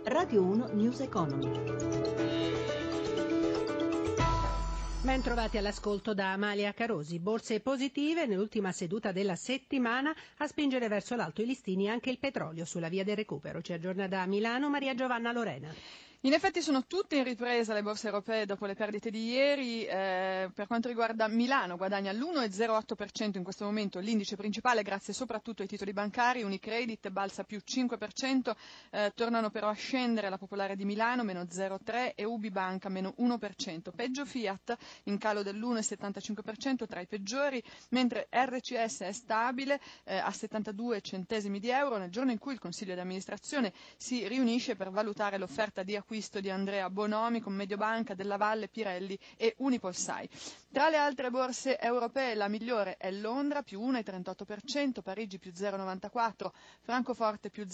Radio 1 News Economy. Ben trovati all'ascolto da Amalia Carosi. Borse positive nell'ultima seduta della settimana, a spingere verso l'alto i listini anche il petrolio sulla via del recupero. Ci aggiorna da Milano Maria Giovanna Lorena. In effetti sono tutte in ripresa le borse europee dopo le perdite di ieri. Per quanto riguarda Milano guadagna l'1,08% in questo momento l'indice principale grazie soprattutto ai titoli bancari. Unicredit balza più 5%, tornano però a scendere la Popolare di Milano meno 0,3% e UBI Banca meno 1%. Peggio Fiat in calo dell'1,75% tra i peggiori, mentre RCS è stabile a 72 centesimi di euro nel giorno in cui il Consiglio di amministrazione si riunisce per valutare l'offerta di acquisto di Andrea Bonomi con Mediobanca, Della Valle, Pirelli e Unipolsai. Tra le altre borse europee la migliore è Londra più 1,38%, Parigi più 0,94%, Francoforte più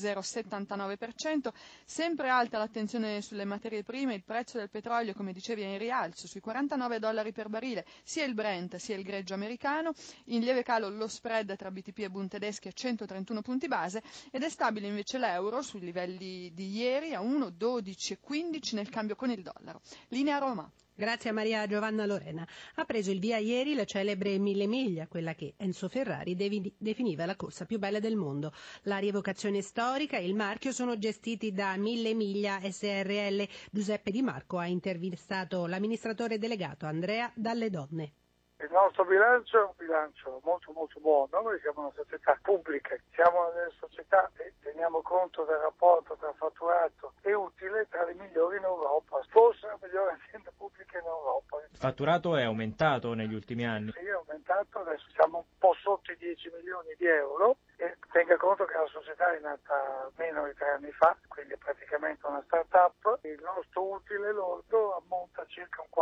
0,79%. Sempre alta l'attenzione sulle materie prime, il prezzo del petrolio, come dicevi, è in rialzo sui $49 per barile, sia il Brent sia il greggio americano. In lieve calo lo spread tra BTP e Bund tedeschi a 131 punti base ed è stabile invece l'euro sui livelli di ieri a 1,12,15 nel cambio con il dollaro. Linea Roma. Grazie a Maria Giovanna Lorena. Ha preso il via ieri la celebre 1000 miglia, quella che Enzo Ferrari definiva la corsa più bella del mondo. La rievocazione storica e il marchio sono gestiti da 1000 miglia SRL. Giuseppe Di Marco ha intervistato l'amministratore delegato Andrea Dalle Donne. Il nostro bilancio è un bilancio molto buono. Noi siamo una società pubblica, siamo una società e teniamo conto del rapporto tra fatturato e utile tra le migliori in Europa, forse la migliore azienda pubblica in Europa. Il fatturato è aumentato negli ultimi anni? Sì, è aumentato, adesso siamo un po' sotto i 10 milioni di euro e tenga conto che la società è nata meno di 3 anni fa, quindi è praticamente una start-up. Il nostro utile lordo ammonta a circa un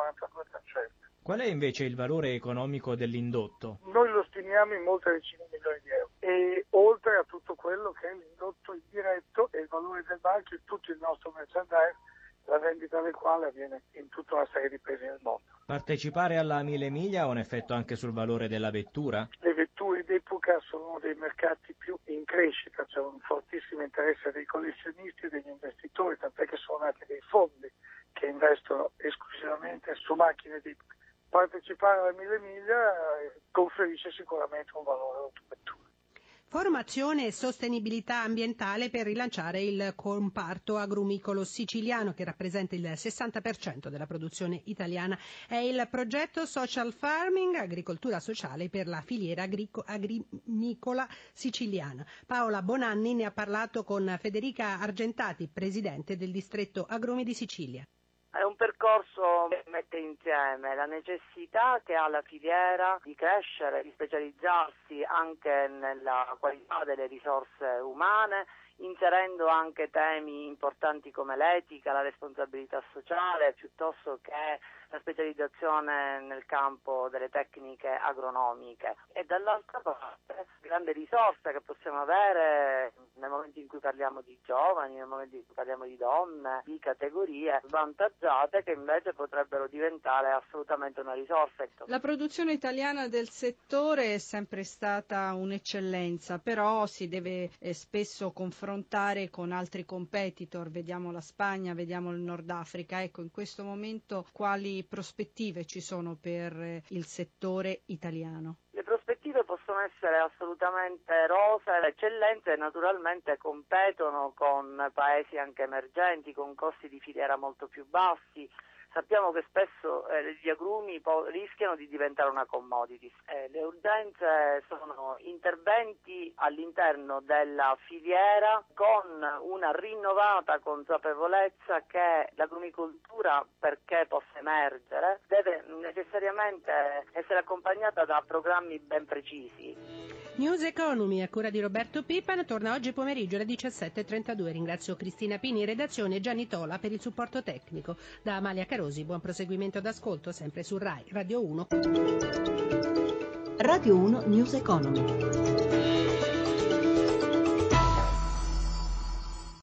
40-42%. Qual è invece il valore economico dell'indotto? Noi lo stimiamo in molte decine di milioni di euro e oltre a tutto quello che è l'indotto indiretto e il valore del marchio e tutto il nostro merchandise, la vendita del quale avviene in tutta una serie di paesi del mondo. Partecipare alla 1000 miglia ha un effetto anche sul valore della vettura? Le vetture d'epoca sono uno dei mercati più in crescita, c'è un fortissimo interesse dei collezionisti e degli investitori, tant'è che sono anche dei fondi che investono esclusivamente su macchine d'epoca. Partecipare alla 1000 miglia conferisce sicuramente un valore autovettura. Formazione e sostenibilità ambientale per rilanciare il comparto agrumicolo siciliano che rappresenta il 60% della produzione italiana. È il progetto Social Farming, agricoltura sociale per la filiera agrumicola siciliana. Paola Bonanni ne ha parlato con Federica Argentati, presidente del distretto agrumi di Sicilia. È un percorso che mette insieme la necessità che ha la filiera di crescere, di specializzarsi anche nella qualità delle risorse umane, inserendo anche temi importanti come l'etica, la responsabilità sociale, piuttosto che la specializzazione nel campo delle tecniche agronomiche. E dall'altra parte, grande risorsa che possiamo avere nel momento in cui parliamo di giovani, nel momento in cui parliamo di donne, di categorie svantaggiate che invece potrebbero diventare assolutamente una risorsa. La produzione italiana del settore è sempre stata un'eccellenza, però si deve spesso confrontare con altri competitor, vediamo la Spagna, vediamo il Nord Africa. Ecco, in questo momento quali prospettive ci sono per il settore italiano? Le prospettive possono essere assolutamente rose, le eccellenze naturalmente competono con paesi anche emergenti, con costi di filiera molto più bassi. Sappiamo che spesso gli agrumi rischiano di diventare una commodity. Le urgenze sono interventi all'interno della filiera con una rinnovata consapevolezza che l'agrumicoltura, perché possa emergere, deve necessariamente essere accompagnata da programmi ben precisi. News Economy a cura di Roberto Pippan torna oggi pomeriggio alle 17:32. Ringrazio Cristina Pini in redazione e Gianni Tola per il supporto tecnico. Da Amalia Carosi, buon proseguimento d'ascolto sempre su Rai Radio 1. Radio 1 News Economy.